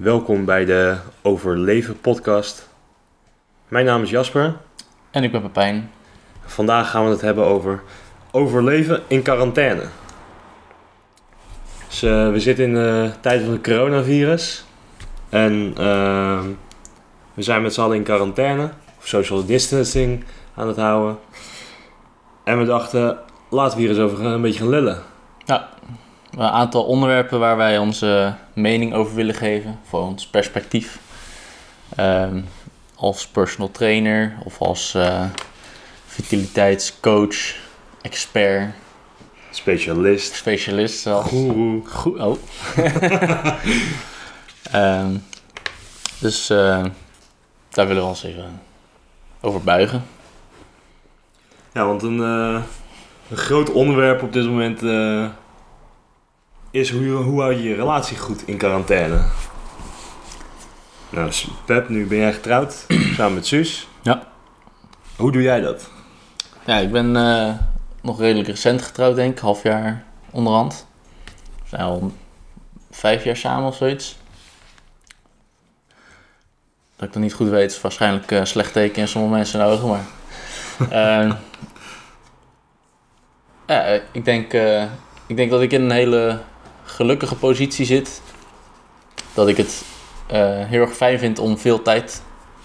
Welkom bij de Overleven podcast. Mijn naam is Jasper. En ik ben Pepijn. Vandaag gaan we het hebben over overleven in quarantaine. Dus, we zitten in de tijd van het coronavirus. En we zijn met z'n allen in quarantaine. Of social distancing aan het houden. En we dachten, laten we hier eens over een beetje gaan lullen. Ja, een aantal onderwerpen waar wij onze mening over willen geven. Voor ons perspectief. Als personal trainer of als vitaliteitscoach, expert. Specialist zelfs. Goeroe. Oh. Dus daar willen we ons even over buigen. Ja, want een groot onderwerp op dit moment is hoe houd je je relatie goed in quarantaine? Nou, Pep, nu ben jij getrouwd, samen met Suus. Ja. Hoe doe jij dat? Ja, ik ben nog redelijk recent getrouwd, denk ik. Half jaar onderhand. We zijn al 5 jaar samen of zoiets. Dat ik dat niet goed weet is waarschijnlijk een slecht teken in sommige mensen ogen, maar... ja, ik denk dat ik in een hele gelukkige positie zit. Dat ik het heel erg fijn vind om veel tijd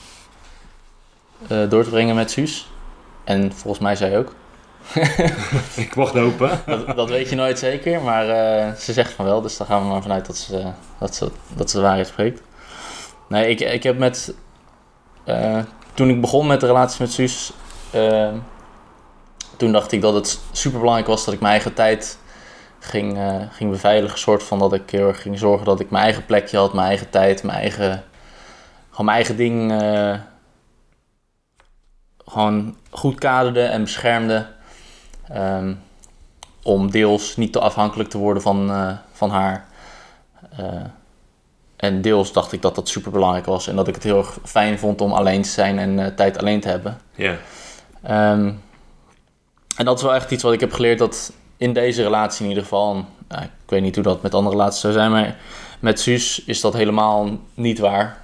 door te brengen met Suus. En volgens mij zij ook. Ik mocht hopen. Dat weet je nooit zeker, maar ze zegt van wel. Dus daar gaan we maar vanuit dat ze de waarheid spreekt. Nee, ik heb met... toen ik begon met de relatie met Suus... toen dacht ik dat het super belangrijk was dat ik mijn eigen tijd ging beveiligen. Soort van dat ik heel erg ging zorgen dat ik mijn eigen plekje had, mijn eigen tijd, mijn eigen ding gewoon goed kaderde en beschermde. Om deels niet te afhankelijk te worden van haar. En deels dacht ik dat dat super belangrijk was en dat ik het heel erg fijn vond om alleen te zijn en tijd alleen te hebben. Ja. En dat is wel echt iets wat ik heb geleerd dat in deze relatie in ieder geval... ik weet niet hoe dat met andere relaties zou zijn, maar met Suus is dat helemaal niet waar.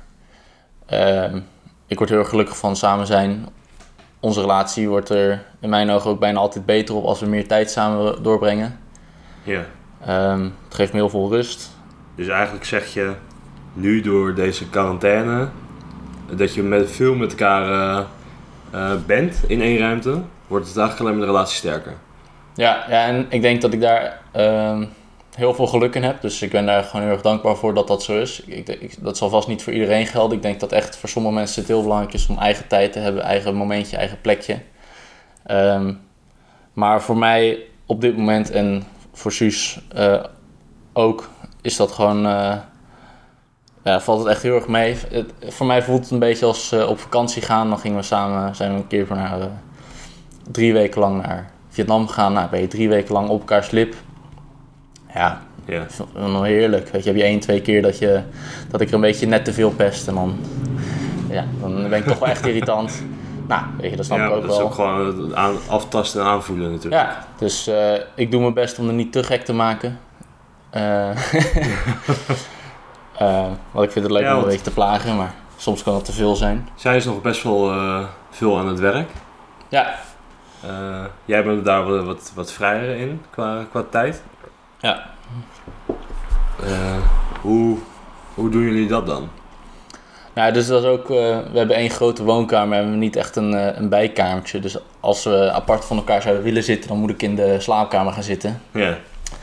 Ik word heel erg gelukkig van samen zijn. Onze relatie wordt er in mijn ogen ook bijna altijd beter op als we meer tijd samen doorbrengen. Ja. Het geeft me heel veel rust. Dus eigenlijk zeg je nu door deze quarantaine dat je veel met elkaar bent in één ruimte, wordt het eigenlijk alleen maar de relatie sterker. Ja, en ik denk dat ik daar heel veel geluk in heb. Dus ik ben daar gewoon heel erg dankbaar voor dat dat zo is. Dat zal vast niet voor iedereen gelden. Ik denk dat echt voor sommige mensen het heel belangrijk is om eigen tijd te hebben, eigen momentje, eigen plekje. Maar voor mij op dit moment en voor Suus ook is dat gewoon... valt het echt heel erg mee. Voor mij voelt het een beetje als op vakantie gaan. Dan zijn we een keer naar 3 weken lang naar Vietnam gegaan. Nou, ben je 3 weken lang op elkaars lip. Ja, nog heerlijk. Weet je, heb je 1-2 keer dat ik er een beetje net te veel pest. En dan ben ik toch wel echt irritant. Nou, weet je, dat snap ik ook wel. Dat is ook gewoon aftasten en aanvoelen natuurlijk. Ja, dus ik doe mijn best om er niet te gek te maken. Want ik vind het leuk om een beetje te plagen, maar soms kan het te veel zijn. Zij is nog best wel veel aan het werk. Ja. Jij bent daar wat vrijer in qua tijd. Ja. Hoe doen jullie dat dan? Nou, dus dat is ook... we hebben 1 grote woonkamer en we hebben niet echt een bijkamertje. Dus als we apart van elkaar zouden willen zitten, dan moet ik in de slaapkamer gaan zitten. Ja.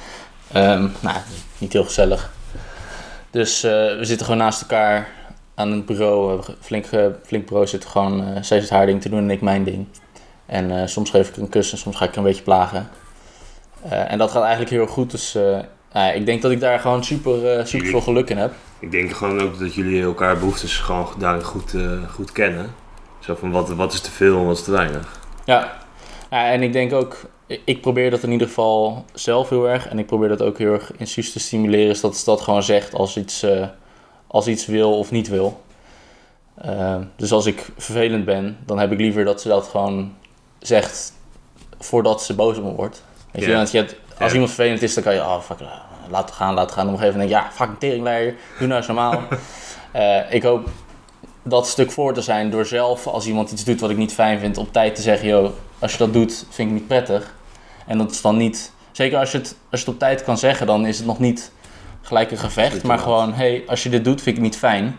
Niet heel gezellig. Dus we zitten gewoon naast elkaar aan het bureau. We hebben een flink bureau zitten. Gewoon, zij zit haar ding te doen en ik mijn ding. En soms geef ik er een kus en soms ga ik er een beetje plagen. En dat gaat eigenlijk heel erg goed. Dus ik denk dat ik daar gewoon super veel geluk in heb. Ik denk gewoon ook dat jullie elkaar behoeftes gewoon daar goed kennen. Zo van wat is te veel en wat is te weinig. Ja, en ik denk ook... Ik probeer dat in ieder geval zelf heel erg. En ik probeer dat ook heel erg in Suus te stimuleren. Is dat ze dat gewoon zegt als iets wil of niet wil. Dus als ik vervelend ben, dan heb ik liever dat ze dat gewoon zegt voordat ze boos op me wordt. Weet je? Want als iemand vervelend is, dan kan je, laten we gaan. Dan op een gegeven moment denk ik, fucking teringleier, doe nou eens normaal. Ik hoop dat stuk voor te zijn door zelf, als iemand iets doet wat ik niet fijn vind, op tijd te zeggen, als je dat doet, vind ik niet prettig. En dat is dan niet, zeker als je het op tijd kan zeggen, dan is het nog niet gelijk een gevecht, maar gewoon, als je dit doet, vind ik het niet fijn.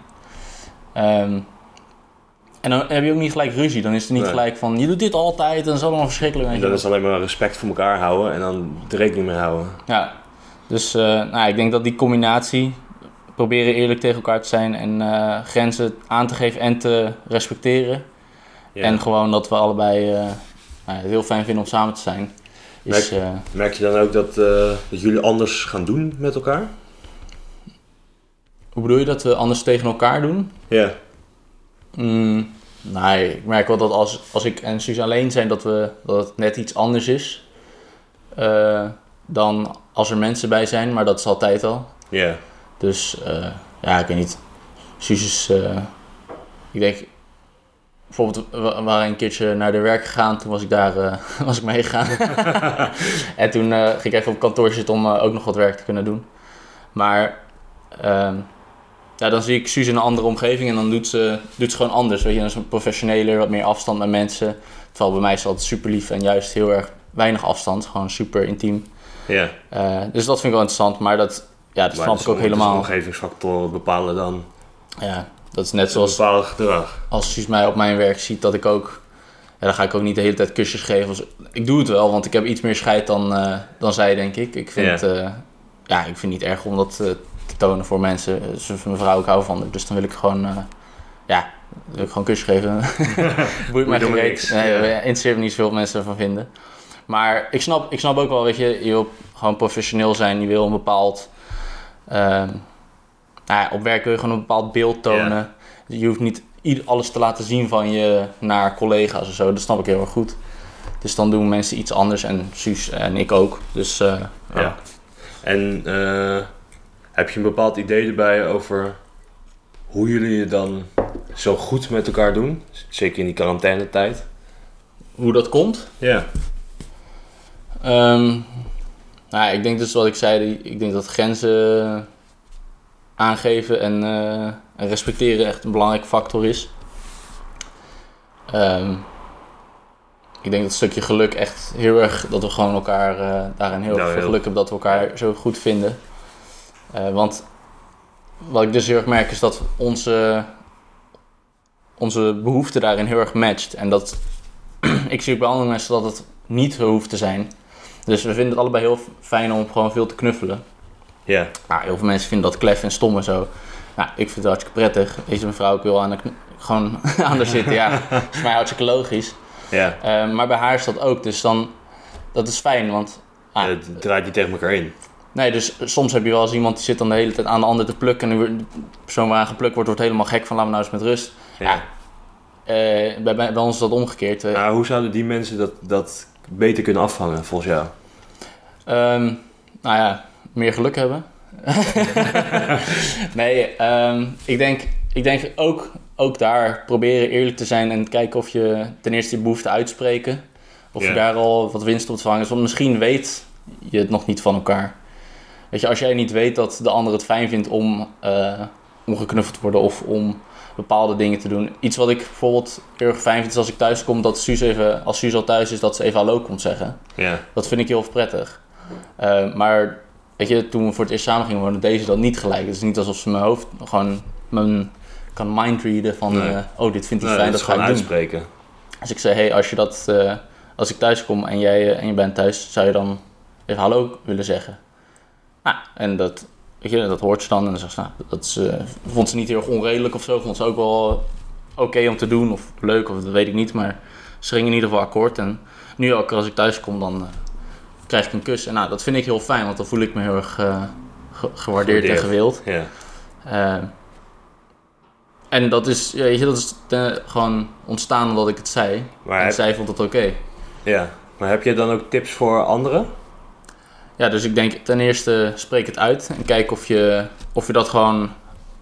En dan heb je ook niet gelijk ruzie. Dan is het niet gelijk van, je doet dit altijd en dat is allemaal verschrikkelijk. En dan is het alleen maar respect voor elkaar houden en dan de rekening mee houden. Ja, dus ik denk dat die combinatie, proberen eerlijk tegen elkaar te zijn en grenzen aan te geven en te respecteren. Ja. En gewoon dat we allebei het heel fijn vinden om samen te zijn. Merk je dan ook dat jullie anders gaan doen met elkaar? Hoe bedoel je, dat we anders tegen elkaar doen? Ja. Nee, ik merk wel dat als ik en Suus alleen zijn, dat het net iets anders is dan als er mensen bij zijn, maar dat is altijd al. Ja. Yeah. Dus ik weet niet. Suus is, ik denk, bijvoorbeeld we waren een keertje naar de werk gegaan, toen was ik daar was ik meegegaan. En toen ging ik even op kantoor zitten om ook nog wat werk te kunnen doen. Maar dan zie ik Suus in een andere omgeving en dan doet ze gewoon anders. Weet je, dan is een professioneler, wat meer afstand met mensen. Terwijl bij mij is het altijd super lief en juist heel erg weinig afstand. Gewoon super intiem. Ja. Dus dat vind ik wel interessant, maar dat snap ik ook helemaal. Omgevingsfactoren bepalen dan. Ja, dat is net zoals bepaalde gedrag. Als Suus mij op mijn werk ziet, dat ik ook. Ja, dan ga ik ook niet de hele tijd kusjes geven. Ik doe het wel, want ik heb iets meer scheid dan zij, denk ik. Ik vind ik vind het niet erg om dat te tonen voor mensen. Mijn vrouw, ik hou van haar, dus dan wil ik gewoon wil ik gewoon kusjes geven. Boeit mij geen reet. Interesseert me niet zoveel wat mensen ervan vinden. Maar ik snap ook wel, weet je wil gewoon professioneel zijn. Je wil een bepaald op werk wil je gewoon een bepaald beeld tonen. Je hoeft niet alles te laten zien van je naar collega's of zo. Dat snap ik heel erg goed. Dus dan doen mensen iets anders en Suus en ik ook. Dus ja. En heb je een bepaald idee erbij over hoe jullie het dan zo goed met elkaar doen? Zeker in die quarantainetijd. Hoe dat komt? Ja. Ik denk dus wat ik zei, ik denk dat grenzen aangeven en respecteren echt een belangrijke factor is. Ik denk dat het stukje geluk echt heel erg, dat we gewoon elkaar daarin heel erg veel geluk hebben dat we elkaar zo goed vinden. Want wat ik dus heel erg merk is dat onze behoefte daarin heel erg matcht. En dat ik zie ook bij andere mensen dat het niet hoeft te zijn. Dus we vinden het allebei heel fijn om gewoon veel te knuffelen. Ja. Heel veel mensen vinden dat klef en stom en zo. Ik vind het hartstikke prettig. Deze mevrouw, ik wil gewoon aan haar zitten. Ja, dat is mij hartstikke logisch. Ja. Maar bij haar is dat ook. Dus dan, dat is fijn, want het draait niet tegen elkaar in. Nee, dus soms heb je wel eens iemand die zit dan de hele tijd aan de ander te plukken. En de persoon waaraan geplukt wordt helemaal gek van, laat me nou eens met rust. Ja. Bij ons is dat omgekeerd. Hoe zouden die mensen dat beter kunnen afvangen, volgens jou? Meer geluk hebben. Nee, ik denk ook daar proberen eerlijk te zijn en kijken of je ten eerste je behoefte uitspreken. Of je daar al wat winst op te vangen is. Want misschien weet je het nog niet van elkaar. Weet je, als jij niet weet dat de ander het fijn vindt om geknuffeld te worden of om bepaalde dingen te doen. Iets wat ik bijvoorbeeld heel erg fijn vind is als ik thuis kom, dat als Suus al thuis is, dat ze even hallo komt zeggen. Ja. Dat vind ik heel prettig. Maar weet je, toen we voor het eerst samen gingen wonen, deed ze dat niet gelijk. Het is niet alsof ze mijn hoofd gewoon kan mindreaden van dit vindt hij fijn, dat ga ik doen. Uitspreken. Dus ik zei, als ik thuis kom en je bent thuis, zou je dan even hallo willen zeggen? En dat hoort ze dan en dan zegt ze, vond ze niet heel erg onredelijk of zo, vond ze ook wel oké om te doen of leuk of dat weet ik niet, maar ze gingen in ieder geval akkoord. En nu ook als ik thuis kom, dan krijg ik een kus. En dat vind ik heel fijn, want dan voel ik me heel erg gewaardeerd en gewild. Ja. En dat is, gewoon ontstaan omdat ik het zei. En zij vond het oké. Ja, maar heb je dan ook tips voor anderen? Ja, dus ik denk ten eerste spreek het uit en kijk of je dat gewoon,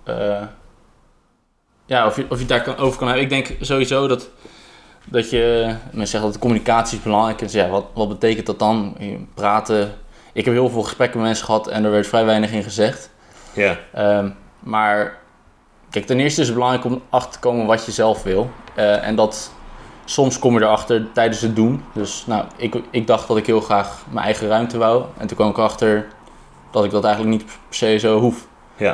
of je daar over kan hebben. Ik denk sowieso dat mensen zeggen dat de communicatie is belangrijk. En wat betekent dat dan? Praten ik heb heel veel gesprekken met mensen gehad en er werd vrij weinig in gezegd. Ja. Maar kijk, ten eerste is het belangrijk om achter te komen wat je zelf wil. En dat soms kom je erachter tijdens het doen. Dus nou, ik dacht dat ik heel graag mijn eigen ruimte wou. En toen kwam ik erachter dat ik dat eigenlijk niet per se zo hoef. Ja.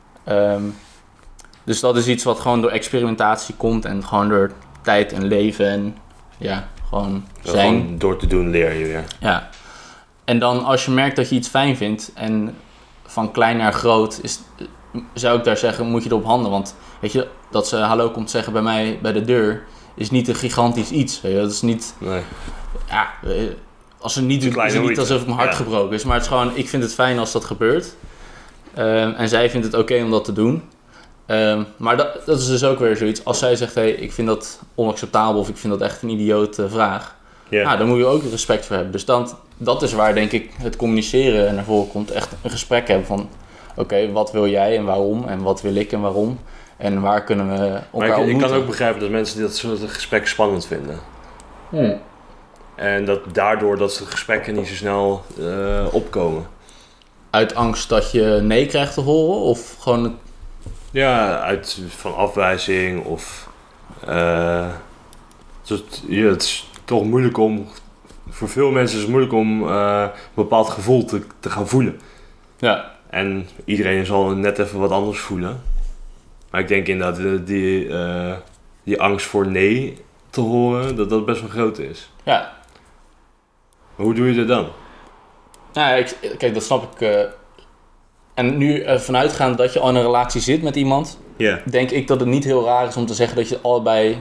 Dus dat is iets wat gewoon door experimentatie komt en gewoon door tijd en leven en ja, gewoon zijn. Gewoon door te doen leer je weer. Ja. En dan als je merkt dat je iets fijn vindt en van klein naar groot, zou ik daar zeggen, moet je erop handelen. Want weet je, dat ze hallo komt zeggen bij mij bij de deur, is niet een gigantisch iets. Weet je? Dat is niet... Nee. Ja, als ze het niet doen, is het niet alsof mijn hart gebroken is. Maar het is gewoon, ik vind het fijn als dat gebeurt. En zij vindt het oké om dat te doen. Maar dat is dus ook weer zoiets. Als zij zegt, hey, ik vind dat onacceptabel of ik vind dat echt een idiote vraag. Yeah. Nou, dan moet je ook respect voor hebben. Dus dat is waar denk ik het communiceren naar voren komt. Echt een gesprek hebben van, oké, wat wil jij en waarom? En wat wil ik en waarom? En waar kunnen we elkaar ontmoeten? Ik kan ook begrijpen dat mensen dat soort gesprekken spannend vinden. En dat daardoor dat ze gesprekken niet zo snel opkomen. Uit angst dat je nee krijgt te horen? Of gewoon... Ja, uit van afwijzing of... het is toch moeilijk om... Voor veel mensen is het moeilijk om een bepaald gevoel te gaan voelen. Ja. En iedereen zal net even wat anders voelen. Maar ik denk inderdaad die angst voor nee te horen, dat best wel groot is. Ja. Maar hoe doe je dat dan? Nou, kijk, dat snap ik. En nu vanuitgaand dat je al in een relatie zit met iemand, denk ik dat het niet heel raar is om te zeggen dat je allebei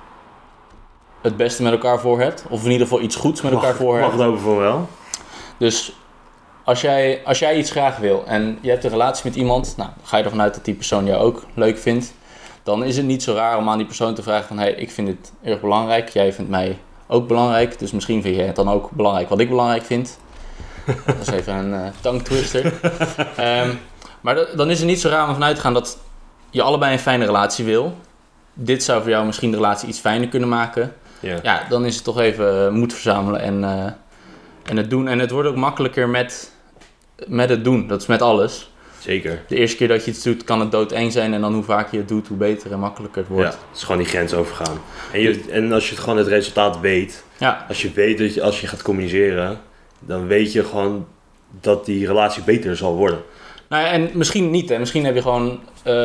het beste met elkaar voor hebt. Of in ieder geval iets goeds met elkaar voor hebt. Mag het over wel. Dus als jij iets graag wil en je hebt een relatie met iemand, nou, ga je ervan uit dat die persoon jou ook leuk vindt. Dan is het niet zo raar om aan die persoon te vragen van, hey, ik vind dit erg belangrijk, jij vindt mij ook belangrijk, dus misschien vind jij het dan ook belangrijk wat ik belangrijk vind. Dat is even een tongue twister. Maar dan is het niet zo raar om vanuit te gaan dat je allebei een fijne relatie wil. Dit zou voor jou misschien de relatie iets fijner kunnen maken. Yeah. Ja, dan is het toch even moed verzamelen en het doen. En het wordt ook makkelijker met het doen. Dat is met alles. Zeker. De eerste keer dat je iets doet, kan het doodeng zijn. En dan hoe vaker je het doet, hoe beter en makkelijker het wordt. Ja, het is gewoon die grens overgaan. En als je het gewoon het resultaat weet. Ja. Als je weet dat als je gaat communiceren, dan weet je gewoon dat die relatie beter zal worden. Nou ja, en misschien niet. Hè. Misschien heb je gewoon,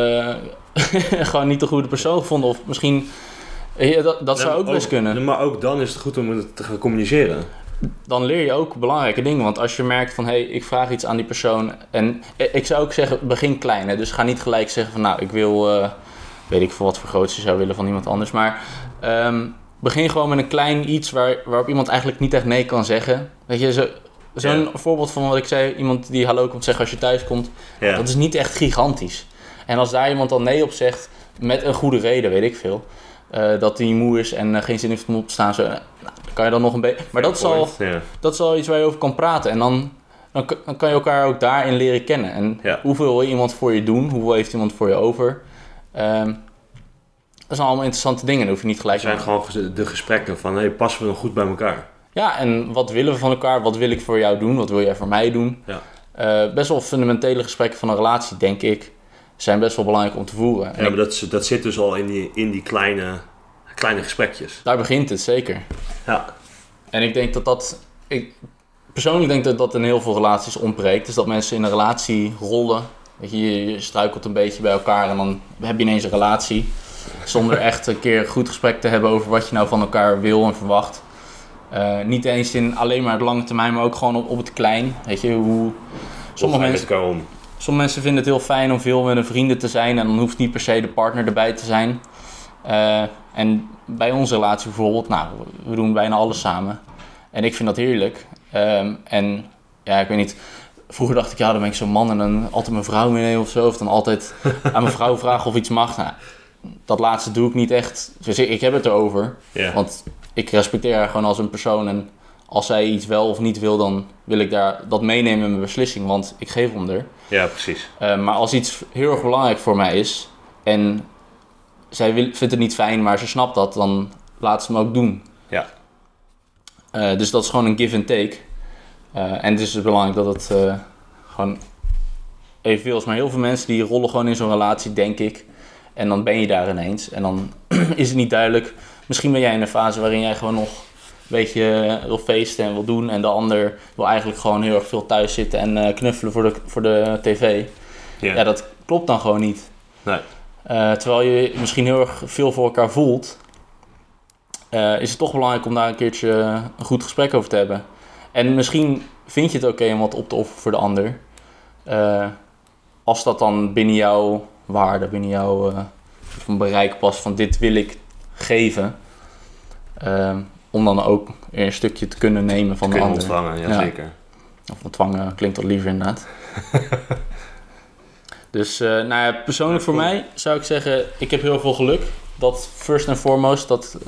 gewoon niet de goede persoon gevonden. Of misschien... Dat zou ook best kunnen. Maar ook dan is het goed om het te gaan communiceren. Dan leer je ook belangrijke dingen. Want als je merkt van, hey, ik vraag iets aan die persoon. En ik zou ook zeggen, begin klein. Hè? Dus ga niet gelijk zeggen van, nou, ik wil... weet ik veel wat voor groots je zou willen van iemand anders. Maar begin gewoon met een klein iets waarop iemand eigenlijk niet echt nee kan zeggen. Weet je, zo'n voorbeeld van wat ik zei. Iemand die hallo komt zeggen als je thuis komt. Ja. Dat is niet echt gigantisch. En als daar iemand dan nee op zegt, met een goede reden, weet ik veel... dat hij moe is en geen zin heeft om op te staan. Dan kan je dan nog een beetje... Maar dat is al iets waar je over kan praten. En dan kan je elkaar ook daarin leren kennen. En hoeveel wil iemand voor je doen? Hoeveel heeft iemand voor je over? Dat zijn allemaal interessante dingen. Dan hoef je niet gelijk... Het zijn gewoon de gesprekken van... Hey, passen we nog goed bij elkaar? Ja, en wat willen we van elkaar? Wat wil ik voor jou doen? Wat wil jij voor mij doen? Ja. Best wel fundamentele gesprekken van een relatie, denk ik... zijn best wel belangrijk om te voeren. Ja, maar dat zit dus al in die kleine gesprekjes. Daar begint het, zeker. Ja. En ik denk ik persoonlijk denk dat in heel veel relaties ontbreekt. Dus dat mensen in een relatie rollen. Weet je struikelt een beetje bij elkaar en dan heb je ineens een relatie. Zonder echt een keer een goed gesprek te hebben over wat je nou van elkaar wil en verwacht. Niet eens in alleen maar het lange termijn, maar ook gewoon op het klein. Weet je, hoe sommige mensen... Sommige mensen vinden het heel fijn om veel met hun vrienden te zijn en dan hoeft niet per se de partner erbij te zijn. En bij onze relatie bijvoorbeeld, nou, we doen bijna alles samen. En ik vind dat heerlijk. En ja, ik weet niet, vroeger dacht ik, ja, dan ben ik zo'n man en dan altijd mijn vrouw meenemen of zo. Of dan altijd aan mijn vrouw vragen of iets mag. Nou, dat laatste doe ik niet echt. Dus ik heb het erover. Yeah. Want ik respecteer haar gewoon als een persoon en... Als zij iets wel of niet wil, dan wil ik dat meenemen in mijn beslissing, want ik geef om haar. Ja, precies. Maar als iets heel erg belangrijk voor mij is en zij vindt het niet fijn, maar ze snapt dat, dan laat ze me ook doen. Ja. Dus dat is gewoon een give and take. En het is dus belangrijk dat het gewoon evenveel is. Maar heel veel mensen die rollen gewoon in zo'n relatie, denk ik. En dan ben je daar ineens. En dan is het niet duidelijk. Misschien ben jij in een fase waarin jij gewoon nog een beetje wil feesten en wil doen. En de ander wil eigenlijk gewoon heel erg veel thuis zitten en knuffelen voor de tv. Ja. Ja, dat klopt dan gewoon niet. Nee. Terwijl je misschien heel erg veel voor elkaar voelt, is het toch belangrijk om daar een keertje een goed gesprek over te hebben. En misschien vind je het oké om wat op te offeren voor de ander. Als dat dan binnen jouw waarde, binnen jouw van bereik past van dit wil ik geven. Om dan ook een stukje te kunnen nemen van de ander. Ontvangen, ja, zeker. Of ontvangen klinkt wat liever inderdaad. Dus persoonlijk voor mij zou ik zeggen, ik heb heel veel geluk. Dat first and foremost.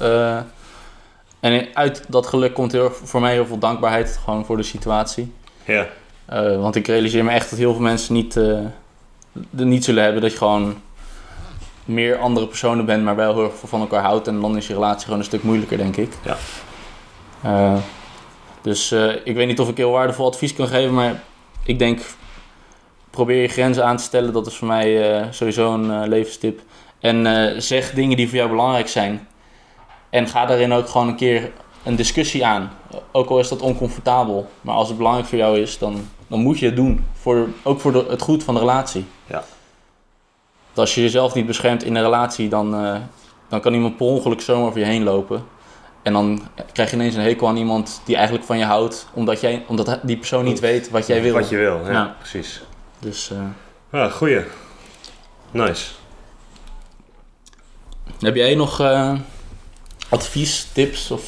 En uit dat geluk komt voor mij heel veel dankbaarheid gewoon voor de situatie. Ja. Want ik realiseer me echt dat heel veel mensen niet zullen hebben dat je gewoon meer andere personen bent, maar wel heel erg veel van elkaar houdt. En dan is je relatie gewoon een stuk moeilijker, denk ik. Ja. Dus ik weet niet of ik heel waardevol advies kan geven, maar ik denk, probeer je grenzen aan te stellen. Dat is voor mij sowieso een levenstip. En zeg dingen die voor jou belangrijk zijn. En ga daarin ook gewoon een keer een discussie aan. Ook al is dat oncomfortabel. Maar als het belangrijk voor jou is, dan moet je het doen. Ook voor het goed van de relatie. Ja. Want als je jezelf niet beschermt in een relatie, dan kan iemand per ongeluk zomaar over je heen lopen. En dan krijg je ineens een hekel aan iemand die eigenlijk van je houdt. Omdat die persoon niet weet wat jij wil. Wat je wil, ja. Precies. Dus, ja, goeie. Nice. Heb jij nog advies, tips of...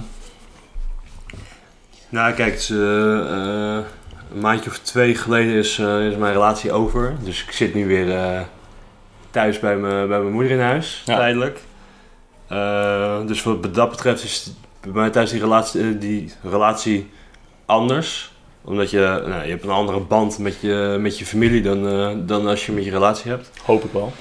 Nou, kijk, een maandje of 2 geleden is mijn relatie over. Dus ik zit nu weer thuis bij mijn moeder in huis, tijdelijk. Dus wat dat betreft is bij mij thuis die relatie anders. Omdat je hebt een andere band met je familie dan als je met je relatie hebt. Hoop ik wel.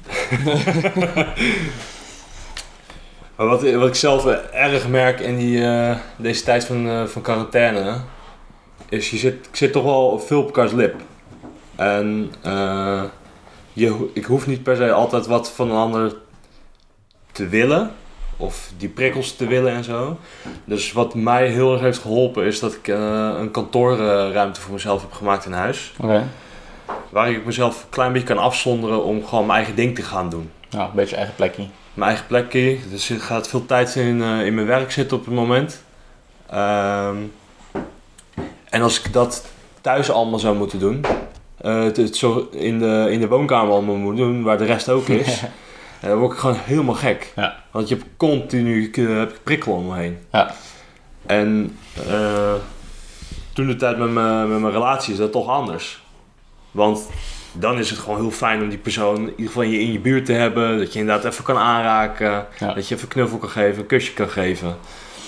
Maar wat ik zelf erg merk in deze tijd van quarantaine, is ik zit toch wel veel op elkaars lip. En ik hoef niet per se altijd wat van een ander te willen, of die prikkels te willen en zo. Dus wat mij heel erg heeft geholpen is dat ik een kantoorruimte voor mezelf heb gemaakt in huis. Okay. Waar ik mezelf een klein beetje kan afzonderen om gewoon mijn eigen ding te gaan doen. Ja, een beetje eigen plekje. Mijn eigen plekje, dus er gaat veel tijd in mijn werk zitten op het moment. En als ik dat thuis allemaal zou moeten doen, het zo in de woonkamer allemaal moet doen, waar de rest ook is, dan word ik gewoon helemaal gek. Ja. Want je hebt continu prikkelen om me heen. Ja. En toen de tijd met mijn relatie is dat toch anders. Want dan is het gewoon heel fijn om die persoon in ieder geval in je buurt te hebben. Dat je inderdaad even kan aanraken. Ja. Dat je even een knuffel kan geven, een kusje kan geven.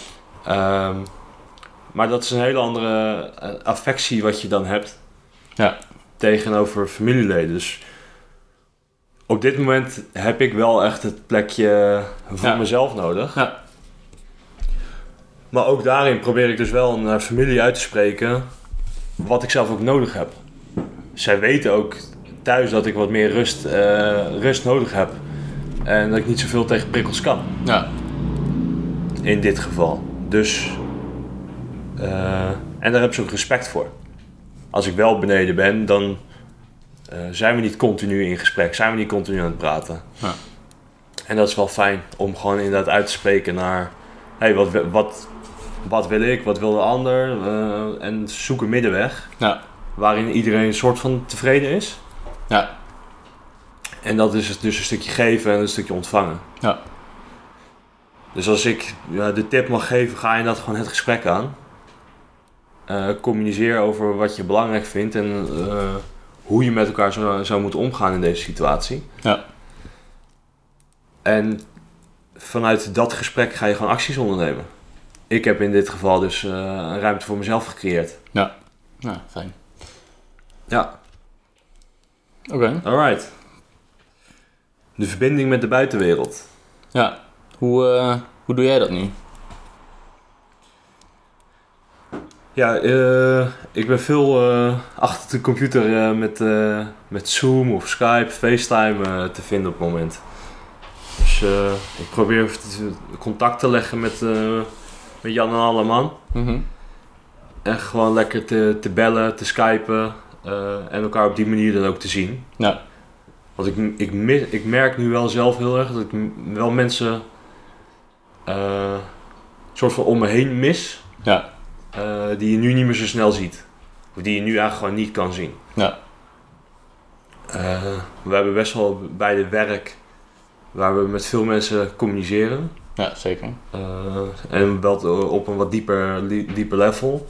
Maar dat is een hele andere affectie wat je dan hebt. Ja. Tegenover familieleden. Dus op dit moment heb ik wel echt het plekje voor mezelf nodig. Ja. Maar ook daarin probeer ik dus wel naar familie uit te spreken wat ik zelf ook nodig heb. Zij weten ook thuis dat ik wat meer rust nodig heb. En dat ik niet zoveel tegen prikkels kan. Ja. In dit geval. Dus... en daar heb ze ook respect voor. Als ik wel beneden ben, dan zijn we niet continu in gesprek. Zijn we niet continu aan het praten. Ja. En dat is wel fijn om gewoon inderdaad uit te spreken naar... Hey, wat wil ik? Wat wil de ander? En zoek een middenweg. Ja. Waarin iedereen een soort van tevreden is. Ja. En dat is dus een stukje geven en een stukje ontvangen. Ja. Dus als ik de tip mag geven, ga je dat gewoon het gesprek aan. Communiceer over wat je belangrijk vindt en hoe je met elkaar zou moeten omgaan in deze situatie. Ja. En vanuit dat gesprek ga je gewoon acties ondernemen. Ik heb in dit geval dus een ruimte voor mezelf gecreëerd. Ja, ja, fijn. Ja. Oké. Alright. De verbinding met de buitenwereld. Ja. Hoe doe jij dat nu? Ja, ik ben veel achter de computer met Zoom of Skype, FaceTime te vinden op het moment. Dus ik probeer contact te leggen met Jan en Alleman. Mhm. En gewoon lekker te bellen, te skypen en elkaar op die manier dan ook te zien. Ja. Want ik merk nu wel zelf heel erg dat ik wel mensen soort van om me heen mis. Ja. Die je nu niet meer zo snel ziet. Of die je nu eigenlijk gewoon niet kan zien. Ja. We hebben best wel bij het werk waar we met veel mensen communiceren. Ja, zeker. En wel op een wat dieper level.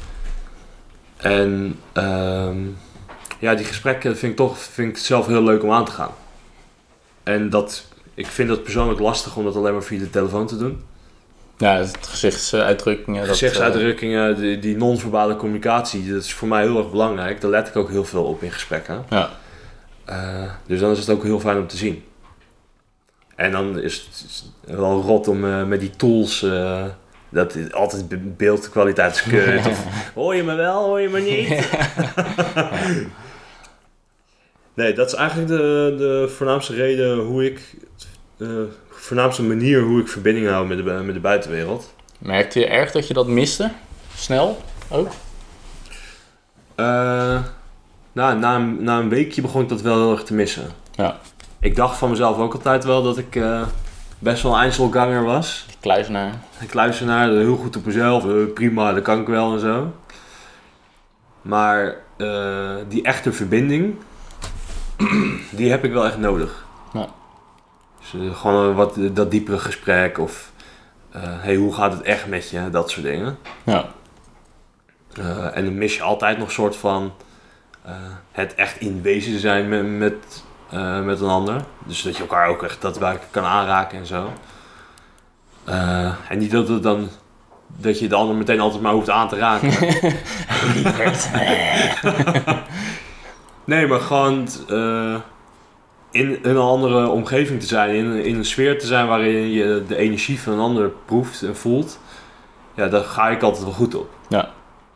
En die gesprekken vind ik zelf heel leuk om aan te gaan. En ik vind dat persoonlijk lastig om dat alleen maar via de telefoon te doen. Ja, het gezichtsuitdrukkingen. Gezichtsuitdrukkingen, die non-verbale communicatie, dat is voor mij heel erg belangrijk. Daar let ik ook heel veel op in gesprekken. Ja. Dus dan is het ook heel fijn om te zien. En dan is het wel rot om met die tools, dat is altijd beeldkwaliteit is kut. Of hoor je me wel, hoor je me niet? Nee, dat is eigenlijk de voornaamste reden voornaamste manier hoe ik verbinding hou met de buitenwereld. Merkte je erg dat je dat miste? Snel ook? Na een weekje begon ik dat wel heel erg te missen. Ja. Ik dacht van mezelf ook altijd wel dat ik best wel een Einzelganger was. Kluizenaar. Een kluizenaar, heel goed op mezelf, prima, dat kan ik wel en zo. Maar die echte verbinding, die heb ik wel echt nodig. Ja. Dus gewoon dat diepere gesprek of hey, hoe gaat het echt met je, dat soort dingen. Ja. En dan mis je altijd nog een soort van het echt in wezen zijn met een ander. Dus dat je elkaar ook echt daadwerkelijk kan aanraken en zo. En niet dat je de ander meteen altijd maar hoeft aan te raken. Nee, maar gewoon in een andere omgeving te zijn. In een sfeer te zijn waarin je de energie van een ander proeft en voelt. Ja, daar ga ik altijd wel goed op. Ja.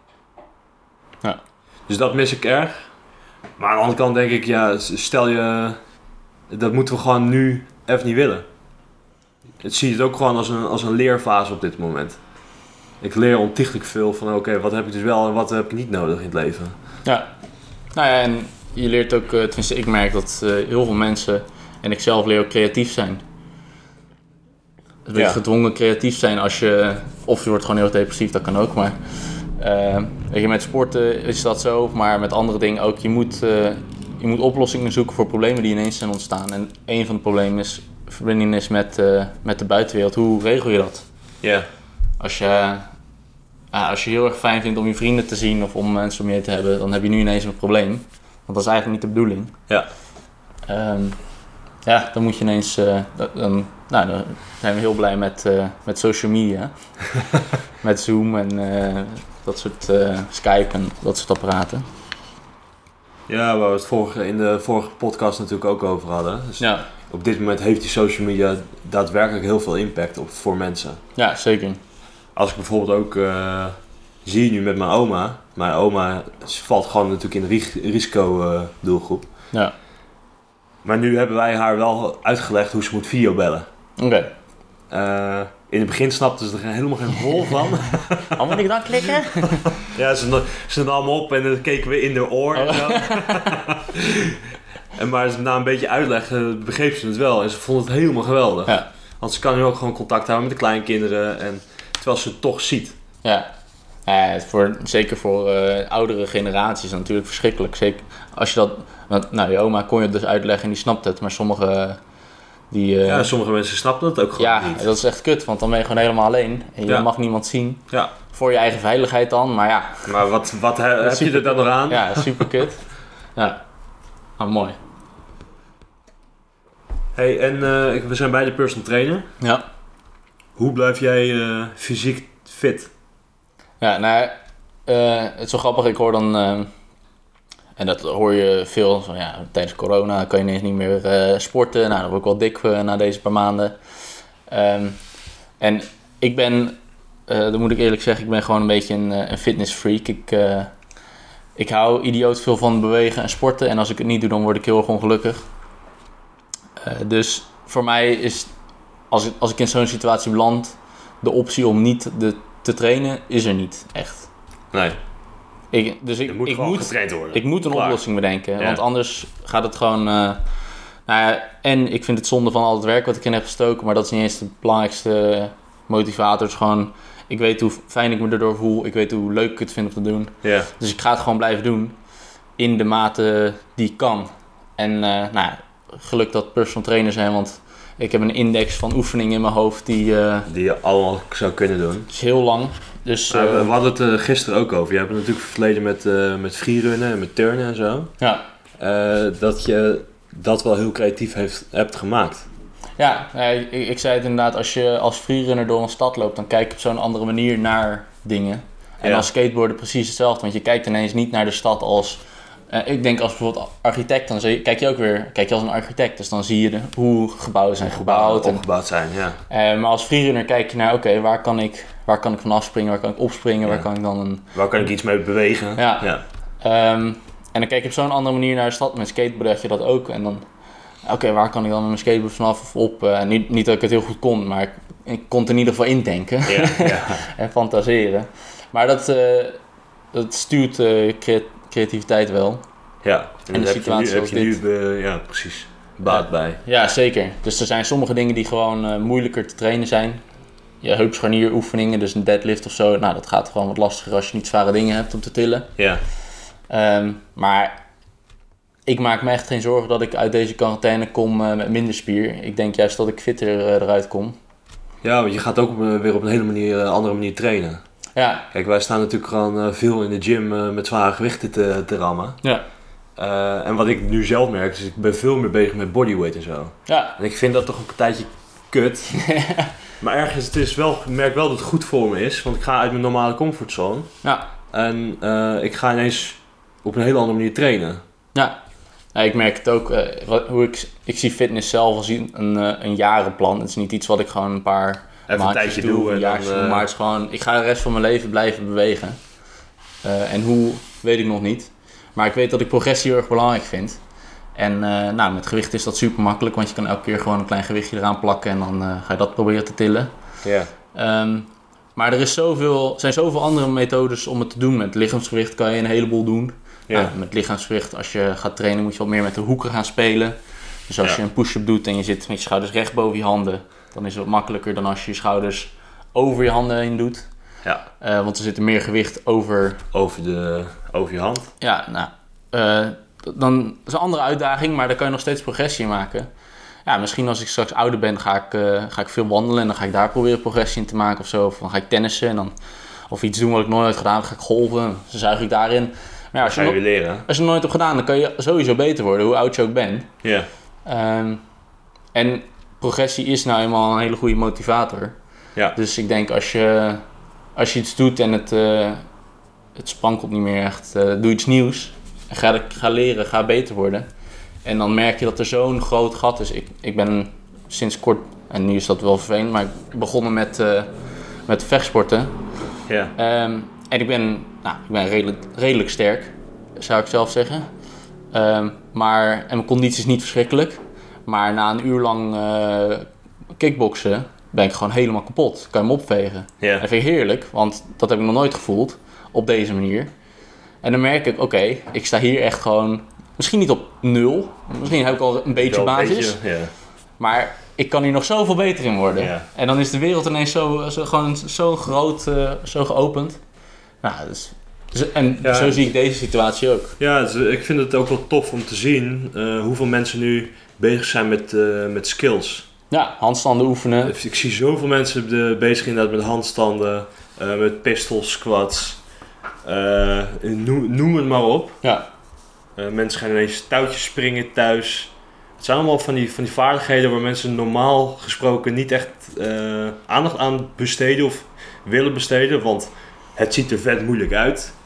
Dus dat mis ik erg. Maar aan de andere kant denk ik, ja, stel je... Dat moeten we gewoon nu even niet willen. Ik zie het ook gewoon als een leerfase op dit moment. Ik leer ontiegelijk veel van oké, wat heb ik dus wel en wat heb ik niet nodig in het leven. Ja. Nou ja, en je leert ook, tenminste ik merk dat heel veel mensen, en ik zelf leer ook creatief zijn. Dus je gedwongen creatief zijn als je, of je wordt gewoon heel depressief, dat kan ook, maar... weet je, met sporten is dat zo, maar met andere dingen ook. Je moet oplossingen zoeken voor problemen die ineens zijn ontstaan. En een van de problemen is verbinding met de buitenwereld. Hoe regel je dat? Ja. Als je heel erg fijn vindt om je vrienden te zien of om mensen om je te hebben, dan heb je nu ineens een probleem. Want dat is eigenlijk niet de bedoeling. Ja. Dan moet je ineens... dan zijn we heel blij met social media. Met Zoom en dat soort Skype en dat soort apparaten. Ja, waar we het in de vorige podcast natuurlijk ook over hadden. Dus ja. Op dit moment heeft die social media daadwerkelijk heel veel impact voor mensen. Ja, zeker. Als ik bijvoorbeeld ook zie nu met mijn oma. Mijn oma valt gewoon natuurlijk in de risicodoelgroep. Ja. Maar nu hebben wij haar wel uitgelegd hoe ze moet videobellen. Oké. In het begin snapten ze er helemaal geen hol van. Moet ik dan klikken? Ja, ze namen allemaal op en dan keken we in de oor en zo. Maar na een beetje uitleggen begreep ze het wel. En ze vond het helemaal geweldig. Ja. Want ze kan nu ook gewoon contact houden met de kleinkinderen. Terwijl ze het toch ziet. Ja. Zeker voor oudere generaties is het natuurlijk verschrikkelijk. Zeker als je dat... Want, je oma kon je dus uitleggen en die snapt het. Maar sommige mensen snappen het ook gewoon niet. Ja, dat is echt kut. Want dan ben je gewoon helemaal alleen. En je mag niemand zien. Ja. Voor je eigen veiligheid dan. Maar ja. Maar wat heb je er dan nog aan? Ja, super kut. Ja. Mooi. Hey, en we zijn beide personal trainer. Ja. Hoe blijf jij fysiek fit? Ja, het is zo grappig. Ik hoor dan... en dat hoor je veel. Van, tijdens corona kan je ineens niet meer sporten. Dan word ik wel dik na deze paar maanden. En ik ben dan moet ik eerlijk zeggen, ik ben gewoon een beetje een fitnessfreak. Ik hou idioot veel van bewegen en sporten. En als ik het niet doe, dan word ik heel erg ongelukkig. Dus voor mij is, als ik in zo'n situatie beland, de optie om niet te trainen, is er niet echt. Nee. Ik moet getraind worden. Ik moet een oplossing bedenken. Ja. Want anders gaat het gewoon... en ik vind het zonde van al het werk wat ik in heb gestoken. Maar dat is niet eens de belangrijkste motivator. Het is gewoon... Ik weet hoe fijn ik me erdoor voel. Ik weet hoe leuk ik het vind om te doen. Ja. Dus ik ga het gewoon blijven doen. In de mate die ik kan. En geluk dat personal trainers zijn. Want ik heb een index van oefeningen in mijn hoofd die je allemaal zou kunnen doen. is heel lang. Dus, we hadden het gisteren ook over. Je hebt het natuurlijk verleden met freerunnen en met turnen en zo. Ja. Dat je dat wel heel creatief hebt gemaakt. Ja, ik zei het inderdaad, als je als freerunner door een stad loopt, dan kijk je op zo'n andere manier naar dingen. En als skateboarden precies hetzelfde, want je kijkt ineens niet naar de stad als... ik denk als bijvoorbeeld architect, dan kijk je als een architect. Dus dan zie je hoe gebouwen zijn gebouwd. Opgebouwd zijn, ja. Maar als freerunner kijk je naar, oké, waar kan ik vanaf springen, waar kan ik opspringen, waar kan ik dan Waar kan ik iets mee bewegen? Ja. En dan kijk je op zo'n andere manier naar de stad. Met skateboarden had je dat ook. En dan, oké, waar kan ik dan met mijn skateboard vanaf of op? Niet dat ik het heel goed kon, maar ik kon het in ieder geval indenken. Ja. En fantaseren. Maar dat stuurt creativiteit wel. Ja, en de situatie heb je nu precies baat bij. Ja, zeker. Dus er zijn sommige dingen die gewoon moeilijker te trainen zijn. Je heupscharnieroefeningen, dus een deadlift of zo. Nou, dat gaat gewoon wat lastiger als je niet zware dingen hebt om te tillen. Ja. Maar ik maak me echt geen zorgen dat ik uit deze quarantaine kom met minder spier. Ik denk juist dat ik fitter eruit kom. Ja, want je gaat ook weer op een hele andere manier trainen. Ja. Kijk, wij staan natuurlijk gewoon veel in de gym met zware gewichten te rammen. Ja. En wat ik nu zelf merk, is ik ben veel meer bezig met bodyweight en zo. Ja. En ik vind dat toch een partijtje kut. Maar ergens, ik merk wel dat het goed voor me is, want ik ga uit mijn normale comfortzone. Ja. En ik ga ineens op een hele andere manier trainen. Ja. Ja, ik merk het ook. Ik zie fitness zelf als een jarenplan. Het is niet iets wat ik gewoon een paar maandjes doe. Een jaar doe, maar het is gewoon, ik ga de rest van mijn leven blijven bewegen. En hoe, weet ik nog niet. Maar ik weet dat ik progressie heel erg belangrijk vind. En met gewicht is dat super makkelijk, want je kan elke keer gewoon een klein gewichtje eraan plakken en dan ga je dat proberen te tillen. Ja. Maar er zijn zoveel andere methodes om het te doen. Met lichaamsgewicht kan je een heleboel doen. Ja. Nou, met lichaamsgewicht, als je gaat trainen, moet je wat meer met de hoeken gaan spelen. Dus als je een push-up doet en je zit met je schouders recht boven je handen, dan is het wat makkelijker dan als je je schouders over je handen heen doet. Ja. Want er zit er meer gewicht over je hand. Ja, dan is een andere uitdaging, maar daar kan je nog steeds progressie in maken. Ja, misschien als ik straks ouder ben, ga ik veel wandelen en dan ga ik daar proberen progressie in te maken of zo. Of dan ga ik tennissen en dan, of iets doen wat ik nooit heb gedaan, dan ga ik golven, dan zuig ik daarin. Maar ja, als je het nooit hebt gedaan, dan kan je sowieso beter worden, hoe oud je ook bent. Ja. En progressie is nou eenmaal een hele goede motivator. Ja. Dus ik denk als je iets doet en het sprankelt niet meer echt, doe iets nieuws. Ga leren, ga beter worden. En dan merk je dat er zo'n groot gat is. Ik ben sinds kort, en nu is dat wel vervelend, maar ik begonnen met vechtsporten. Ja. En ik ben redelijk sterk, zou ik zelf zeggen. En mijn conditie is niet verschrikkelijk. Maar na een uur lang kickboksen ben ik gewoon helemaal kapot. Kan je me opvegen. Ja. En dat vind ik heerlijk, want dat heb ik nog nooit gevoeld op deze manier. En dan merk ik, oké, ik sta hier echt gewoon, misschien niet op 0. Misschien heb ik al een beetje basis. Maar ik kan hier nog zoveel beter in worden. Ja. En dan is de wereld ineens zo groot, zo geopend. Nou, zo zie ik deze situatie ook. Ja, ik vind het ook wel tof om te zien hoeveel mensen nu bezig zijn met skills. Ja, handstanden oefenen. Ik zie zoveel mensen bezig inderdaad met handstanden, met pistol squats. Noem het maar op. Ja. Mensen gaan ineens touwtjes springen thuis. Het zijn allemaal van die vaardigheden waar mensen normaal gesproken niet echt aandacht aan besteden of willen besteden. Want het ziet er vet moeilijk uit.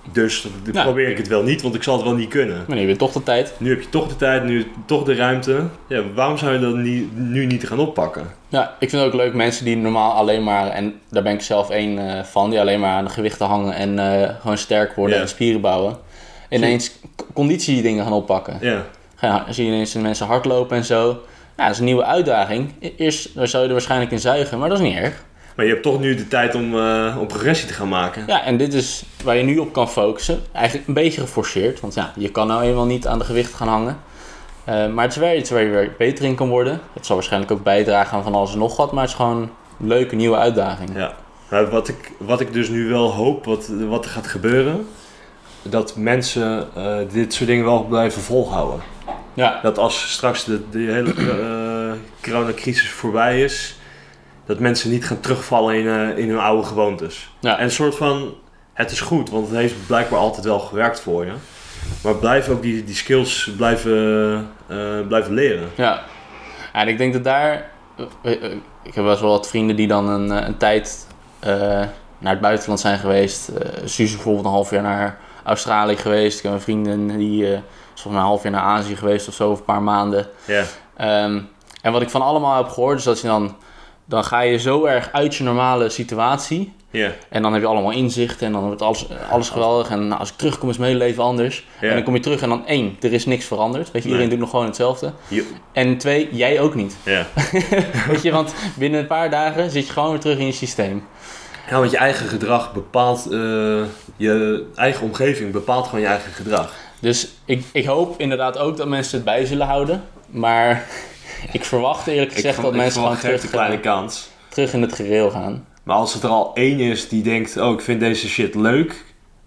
Dus probeer ik het wel niet, want ik zal het wel niet kunnen. Maar nu heb je toch de tijd. Nu heb je toch de tijd, nu toch de ruimte. Ja, waarom zou je dat nu niet gaan oppakken? Ja, ik vind het ook leuk mensen die normaal alleen maar, en daar ben ik zelf één van, die alleen maar aan de gewichten hangen en gewoon sterk worden en spieren bouwen. Ineens conditiedingen gaan oppakken. Ja. Zie je ineens mensen hardlopen en zo. Ja, dat is een nieuwe uitdaging. Eerst zou je er waarschijnlijk in zuigen, maar dat is niet erg. Maar je hebt toch nu de tijd om progressie te gaan maken. Ja, en dit is waar je nu op kan focussen. Eigenlijk een beetje geforceerd, want ja, je kan nou eenmaal niet aan de gewicht gaan hangen. Maar het is wel iets waar je weer beter in kan worden. Het zal waarschijnlijk ook bijdragen aan van alles en nog wat, maar het is gewoon een leuke nieuwe uitdaging. Ja, maar wat ik dus nu wel hoop, wat er gaat gebeuren, dat mensen dit soort dingen wel blijven volhouden. Ja. Dat als straks de hele coronacrisis voorbij is, dat mensen niet gaan terugvallen in hun oude gewoontes. Ja. En een soort van, het is goed, want het heeft blijkbaar altijd wel gewerkt voor je. Maar blijf ook die skills blijven leren. Ja, en ik denk dat daar... Ik heb wel wat vrienden die dan een tijd naar het buitenland zijn geweest. Suze bijvoorbeeld een half jaar naar Australië geweest. Ik heb een vriendin die is volgens mij een half jaar naar Azië geweest of zo, of een paar maanden. Ja. En wat ik van allemaal heb gehoord is dat je dan ga je zo erg uit je normale situatie. Yeah. En dan heb je allemaal inzichten en dan wordt alles geweldig. En nou, als ik terugkom is mijn hele leven anders. Yeah. En dan kom je terug en dan 1, er is niks veranderd. Weet je, iedereen doet nog gewoon hetzelfde. Yep. En 2, jij ook niet. Yeah. Weet je, want binnen een paar dagen zit je gewoon weer terug in je systeem. Ja, want je eigen gedrag bepaalt, je eigen omgeving bepaalt gewoon je eigen gedrag. Dus ik hoop inderdaad ook dat mensen het bij zullen houden. Maar ik verwacht eerlijk gezegd dat mensen gewoon terug in het gereel gaan. Maar als het er al 1 is die denkt, oh ik vind deze shit leuk.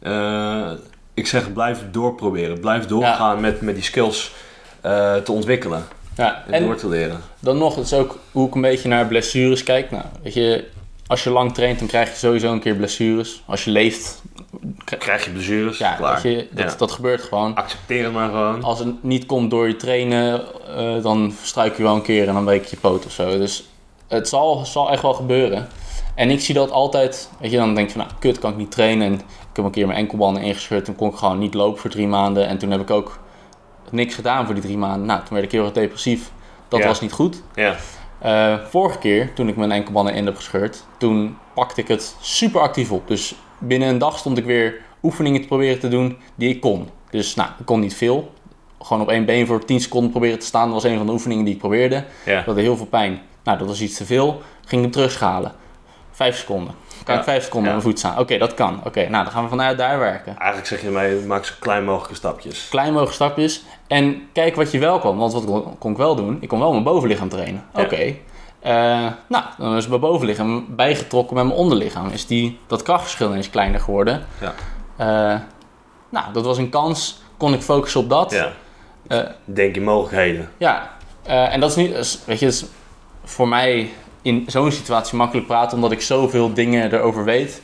Ik zeg blijf doorproberen. Blijf doorgaan met die skills te ontwikkelen. Ja, en door te leren. Dan nog, het is ook hoe ik een beetje naar blessures kijk. Nou, weet je, als je lang traint dan krijg je sowieso een keer blessures. Als je leeft... Krijg je blessures, ja, klaar. Weet je, dat gebeurt gewoon. Accepteer het maar gewoon. Als het niet komt door je trainen, dan struik je wel een keer en dan breek je je poot of zo. Dus het zal echt wel gebeuren. En ik zie dat altijd, weet je, dan denk je van, nou, kut, kan ik niet trainen. En ik heb een keer mijn enkelbanden ingescheurd, toen kon ik gewoon niet lopen voor 3 maanden. En toen heb ik ook niks gedaan voor die 3 maanden. Nou, toen werd ik heel erg depressief. Dat was niet goed. Ja. Vorige keer, toen ik mijn enkelbanden in heb gescheurd, toen pakte ik het super actief op. Dus binnen een dag stond ik weer oefeningen te proberen te doen die ik kon. Dus nou, ik kon niet veel. Gewoon op 1 been voor 10 seconden proberen te staan. Dat was een van de oefeningen die ik probeerde. Ja. Dat deed heel veel pijn. Nou, dat was iets te veel. Ging ik hem terugschalen. 5 seconden. Kan ik 5 seconden op mijn voet staan? Oké, dat kan. Oké, nou, dan gaan we vanuit daar werken. Eigenlijk zeg je mij, maak zo klein mogelijke stapjes. Klein mogelijke stapjes. En kijk wat je wel kon. Want wat kon ik wel doen? Ik kon wel mijn bovenlichaam trainen. Ja. Oké. Nou, dan is mijn bovenlichaam bijgetrokken met mijn onderlichaam. Is dat krachtverschil ineens kleiner geworden. Ja. Nou, dat was een kans. Kon ik focussen op dat. Ja. Denk in mogelijkheden. Ja. En dat is niet... Weet je, dat is voor mij in zo'n situatie makkelijk praten, omdat ik zoveel dingen erover weet,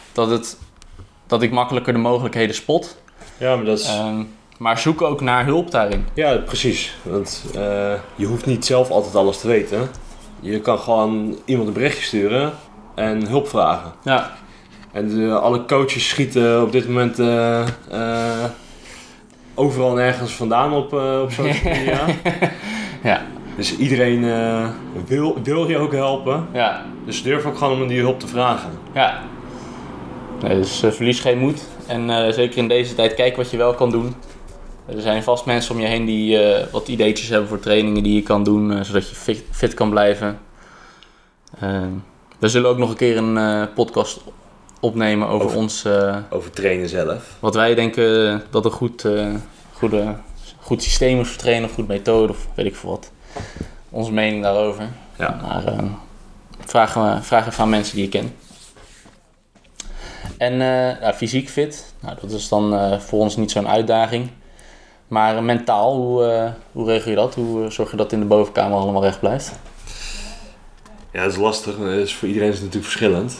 dat ik makkelijker de mogelijkheden spot. Ja, maar dat is... Maar zoek ook naar hulp daarin. Ja, precies. Want je hoeft niet zelf altijd alles te weten. Je kan gewoon iemand een berichtje sturen en hulp vragen. Ja. En alle coaches schieten op dit moment overal en ergens vandaan op social media. Ja. Dus iedereen wil je ook helpen. Ja. Dus durf ook gewoon om die hulp te vragen. Ja. Nee, dus verlies geen moed. En zeker in deze tijd, kijk wat je wel kan doen. Er zijn vast mensen om je heen die wat ideetjes hebben voor trainingen die je kan doen, zodat je fit kan blijven. We zullen ook nog een keer een podcast opnemen over ons... over trainen zelf. Wat wij denken dat een goed systeem is voor trainen, of goed methode, of weet ik veel wat. Onze mening daarover. Ja. Maar vraag even aan mensen die je kent. En fysiek fit, nou, dat is dan voor ons niet zo'n uitdaging. Maar mentaal, hoe regel je dat? Hoe zorg je dat in de bovenkamer allemaal recht blijft? Ja, dat is lastig. Voor iedereen is het natuurlijk verschillend.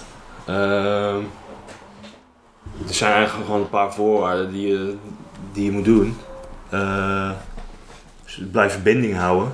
Er zijn eigenlijk gewoon een paar voorwaarden die je moet doen. Dus blijf verbinding houden.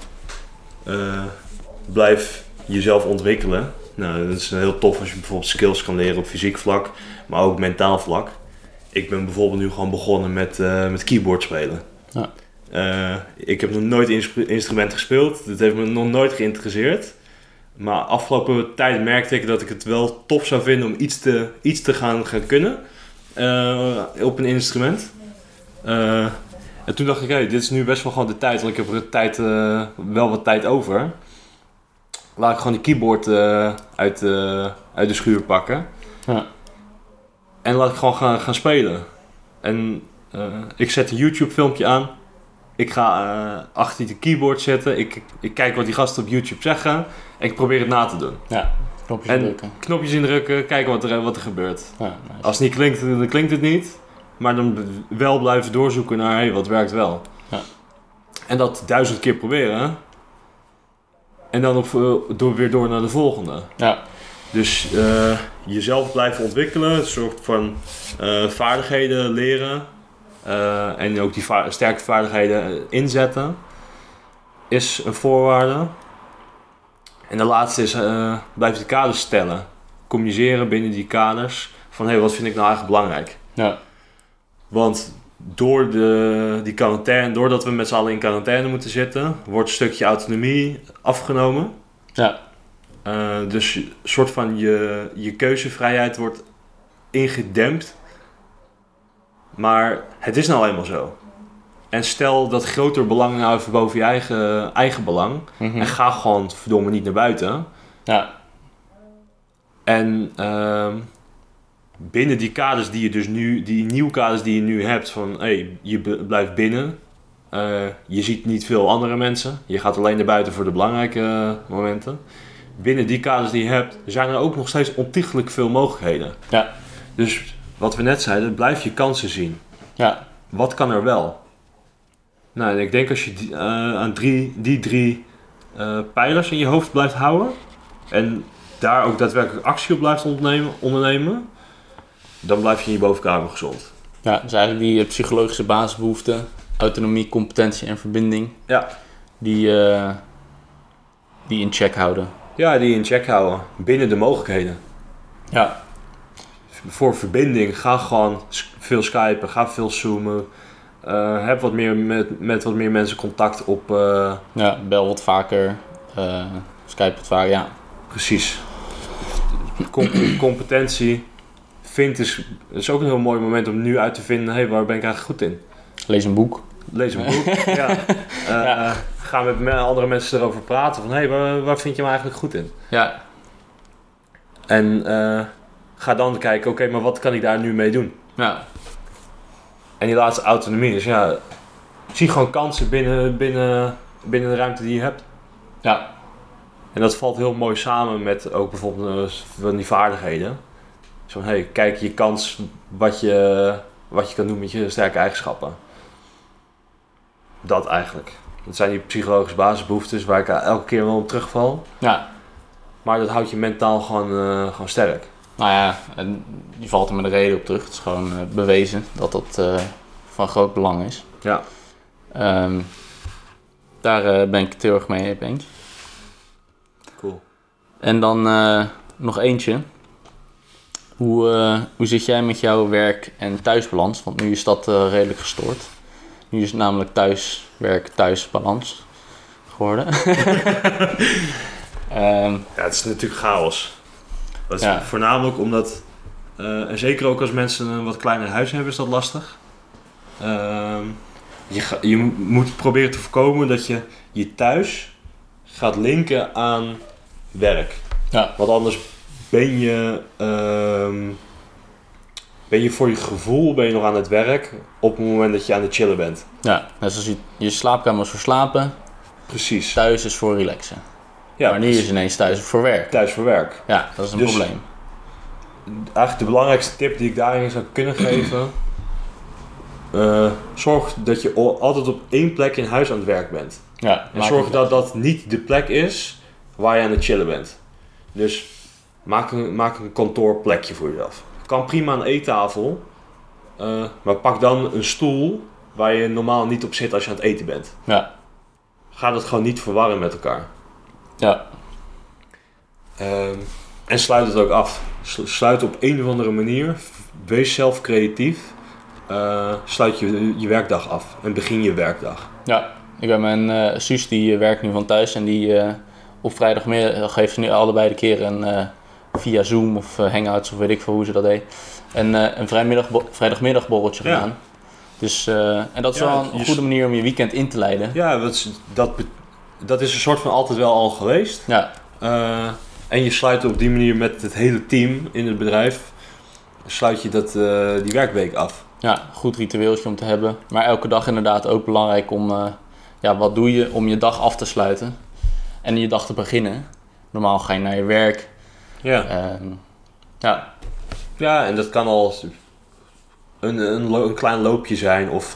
Blijf jezelf ontwikkelen. Nou, dat is heel tof als je bijvoorbeeld skills kan leren op fysiek vlak, maar ook mentaal vlak. ik ben bijvoorbeeld nu gewoon begonnen met keyboard spelen. Ja. Ik heb nog nooit instrument gespeeld. Dat heeft me nog nooit geïnteresseerd. Maar afgelopen tijd merkte ik dat ik het wel tof zou vinden om iets te gaan kunnen op een instrument. En toen dacht ik, dit is nu best wel gewoon de tijd, want ik heb er wel wat tijd over. Laat ik gewoon die keyboard uit de schuur pakken. Ja. En laat ik gewoon gaan spelen. En ik zet een YouTube filmpje aan. Ik ga achter de keyboard zitten. Ik kijk wat die gasten op YouTube zeggen. En ik probeer het na te doen. Ja, knopjes indrukken. Kijken wat er gebeurt. Ja, nice. Als het niet klinkt, dan klinkt het niet. Maar dan wel blijven doorzoeken naar wat werkt wel. Ja. En dat 1000 keer proberen. En dan weer door naar de volgende. Ja. Dus jezelf blijven ontwikkelen. Een soort van vaardigheden leren. En ook die sterke vaardigheden inzetten. Is een voorwaarde. En de laatste is blijf de kaders stellen. Communiceren binnen die kaders. Van wat vind ik nou eigenlijk belangrijk? Ja. Want door die quarantaine, doordat we met z'n allen in quarantaine moeten zitten, wordt een stukje autonomie afgenomen. Ja. Dus een soort van je keuzevrijheid wordt ingedempt. Maar het is nou eenmaal zo. En stel dat groter belang nou even boven je eigen belang. Mm-hmm. En ga gewoon verdomme niet naar buiten. Ja. En binnen die kaders die nieuwe kaders die je nu hebt, van je blijft binnen. Je ziet niet veel andere mensen. Je gaat alleen naar buiten voor de belangrijke momenten. Binnen die kaders die je hebt, zijn er ook nog steeds ontiegelijk veel mogelijkheden. Ja. Dus wat we net zeiden, blijf je kansen zien. Ja. Wat kan er wel? Nou, en ik denk als je aan die drie pijlers in je hoofd blijft houden en daar ook daadwerkelijk actie op blijft ondernemen, dan blijf je in je bovenkamer gezond. Ja, dus eigenlijk die psychologische basisbehoeften, autonomie, competentie en verbinding, Ja. die in check houden. Ja, die in check houden, binnen de mogelijkheden. Ja. Voor verbinding, ga gewoon veel skypen, ga veel zoomen. Heb wat meer met wat meer mensen contact op... Ja, bel wat vaker, Skype wat vaker, ja. Precies. Competentie. is ook een heel mooi moment om nu uit te vinden, waar ben ik eigenlijk goed in? Lees een boek. Lees een boek, ja. Ga met andere mensen erover praten, van waar vind je me eigenlijk goed in? Ja. En ga dan kijken, oké, maar wat kan ik daar nu mee doen? Ja. En die laatste autonomie, dus ja, zie gewoon kansen binnen de ruimte die je hebt. Ja. En dat valt heel mooi samen met ook bijvoorbeeld van die vaardigheden. Zo van, kijk je kans wat je kan doen met je sterke eigenschappen. Dat eigenlijk. Dat zijn die psychologische basisbehoeftes waar ik elke keer wel op terugval. Ja. Maar dat houdt je mentaal gewoon sterk. Nou ja, en je valt er met een reden op terug. Het is gewoon bewezen dat dat van groot belang is. Ja. Daar ben ik het heel erg mee eens. Cool. En dan nog eentje. Hoe zit jij met jouw werk- en thuisbalans? Want nu is dat redelijk gestoord. Nu is het namelijk thuisbalans geworden. Ja, het is natuurlijk chaos. Dat is voornamelijk omdat, en zeker ook als mensen een wat kleiner huis hebben, is dat lastig. Je moet proberen te voorkomen dat je thuis gaat linken aan werk. Ja. Want anders ben je voor je gevoel nog aan het werk op het moment dat je aan het chillen bent. Ja, net zoals je slaapkamer is voor slapen. Precies. Thuis is voor relaxen. Ja, maar nu is ineens thuis voor werk. Thuis voor werk. Ja, dat is een probleem. Eigenlijk de belangrijkste tip die ik daarin zou kunnen geven. Zorg dat je altijd op één plek in huis aan het werk bent. Ja, en zorg dat dat niet de plek is waar je aan het chillen bent. Dus maak een kantoorplekje voor jezelf. Kan prima een eettafel. Maar pak dan een stoel waar je normaal niet op zit als je aan het eten bent. Ja. Ga dat gewoon niet verwarren met elkaar. Ja. En sluit het ook af. Sluit op een of andere manier. Wees zelf creatief. sluit je werkdag af en begin je werkdag? Ja, ik ben mijn zus die werkt nu van thuis en die op vrijdagmiddag heeft ze nu allebei de keren via Zoom of Hangouts of weet ik veel hoe ze dat deed, een vrijdagmiddagborreltje gedaan. Dus, en dat is wel een goede manier om je weekend in te leiden. Ja, dat is een soort van altijd wel al geweest. Ja. En je sluit op die manier met het hele team in het bedrijf, sluit je die werkweek af. Ja, goed ritueeltje om te hebben. Maar elke dag inderdaad ook belangrijk om, wat doe je om je dag af te sluiten en je dag te beginnen. Normaal ga je naar je werk. Ja. Ja, en dat kan al een klein loopje zijn of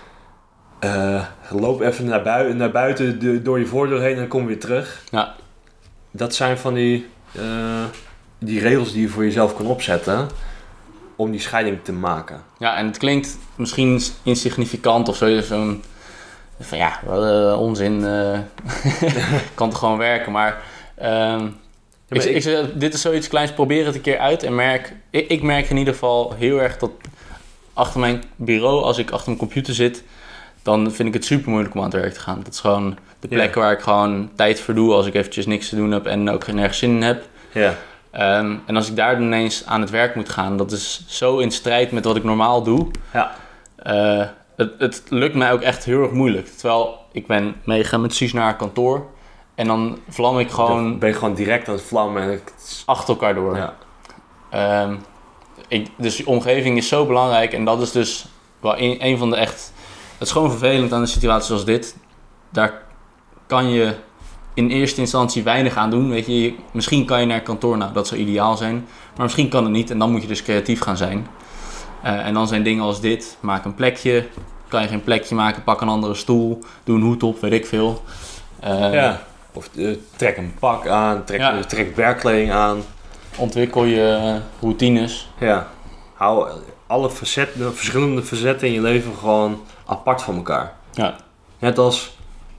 loop even naar buiten door je voordeur heen en dan kom je weer terug. Ja. Dat zijn van die regels die je voor jezelf kan opzetten om die scheiding te maken. Ja, en het klinkt misschien insignificant of zo, zo'n van onzin, kan toch gewoon werken, maar ik zeg, dit is zoiets kleins, probeer het een keer uit en ik merk in ieder geval heel erg dat achter mijn bureau, als ik achter mijn computer zit, dan vind ik het super moeilijk om aan het werk te gaan. Dat is gewoon de plek waar ik gewoon tijd voor doe als ik eventjes niks te doen heb en ook nergens zin in heb. Ja. En als ik daar dan ineens aan het werk moet gaan, dat is zo in strijd met wat ik normaal doe. Ja. Het lukt mij ook echt heel erg moeilijk. Terwijl ik ben meegegaan met Suus naar kantoor en dan vlam ik gewoon... Dan ben je gewoon direct aan het vlammen. En achter elkaar door. Ja. Dus die omgeving is zo belangrijk en dat is dus wel een van de echt... Het is gewoon vervelend aan een situatie zoals dit. Daar kan je in eerste instantie weinig aan doen. Weet je, misschien kan je naar kantoor, nou dat zou ideaal zijn. Maar misschien kan het niet en dan moet je dus creatief gaan zijn. En dan zijn dingen als dit. Maak een plekje. Kan je geen plekje maken, pak een andere stoel. Doe een hoed op, weet ik veel. Of trek een pak aan, trek werkkleding aan. Ontwikkel je routines. Ja. Hou alle verschillende facetten in je leven gewoon apart van elkaar. Ja. Net als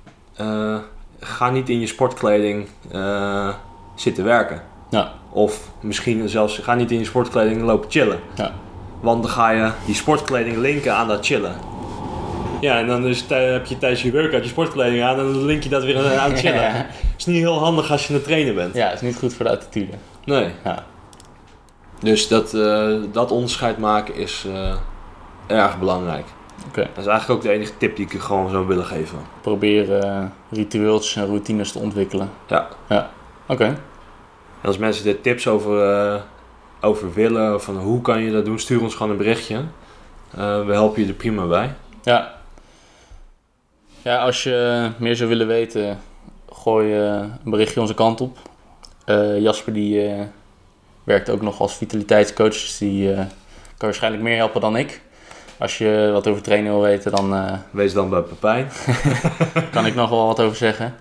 ga niet in je sportkleding zitten werken. Ja. Of misschien zelfs ga niet in je sportkleding lopen chillen. Ja. Want dan ga je die sportkleding linken aan dat chillen. Ja, en dan heb je tijdens je workout je sportkleding aan en dan link je dat weer aan het chillen. Het is niet heel handig als je aan het trainen bent. Ja, het is niet goed voor de attitude. Nee. Ja. Dus dat onderscheid maken is erg belangrijk. Okay. Dat is eigenlijk ook de enige tip die ik je gewoon zou willen geven. Probeer ritueeltjes en routines te ontwikkelen. Ja. Oké. En als mensen er tips over willen, van hoe kan je dat doen, stuur ons gewoon een berichtje. We helpen je er prima bij. Ja. Ja, als je meer zou willen weten, gooi een berichtje onze kant op. Jasper die werkt ook nog als vitaliteitscoach, dus die kan waarschijnlijk meer helpen dan ik. Als je wat over trainen wil weten, dan... Wees dan bij Pepijn. Kan ik nog wel wat over zeggen.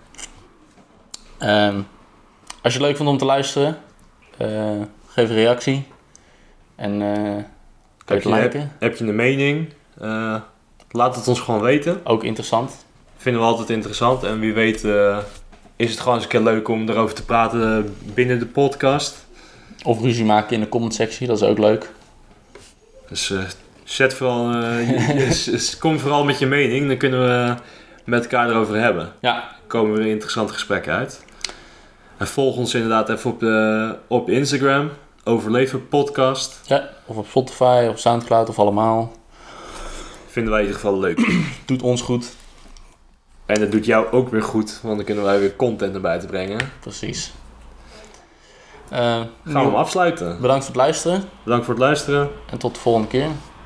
Als je het leuk vond om te luisteren, geef een reactie. En kan je het liken. Heb je een mening? Laat het ons gewoon weten. Ook interessant. Vinden we altijd interessant. En wie weet is het gewoon eens een keer leuk om erover te praten binnen de podcast. Of ruzie maken in de comment sectie, dat is ook leuk. Dus kom vooral met je mening, dan kunnen we met elkaar erover hebben. Ja. Komen we interessante gesprekken uit. En volg ons inderdaad even op Instagram, Overleven Podcast. Ja, of op Spotify, of Soundcloud, of allemaal. Vinden wij in ieder geval leuk. Doet ons goed. En het doet jou ook weer goed, want dan kunnen wij weer content erbij te brengen. Precies. Gaan we hem afsluiten. Bedankt voor het luisteren. Bedankt voor het luisteren. En tot de volgende keer.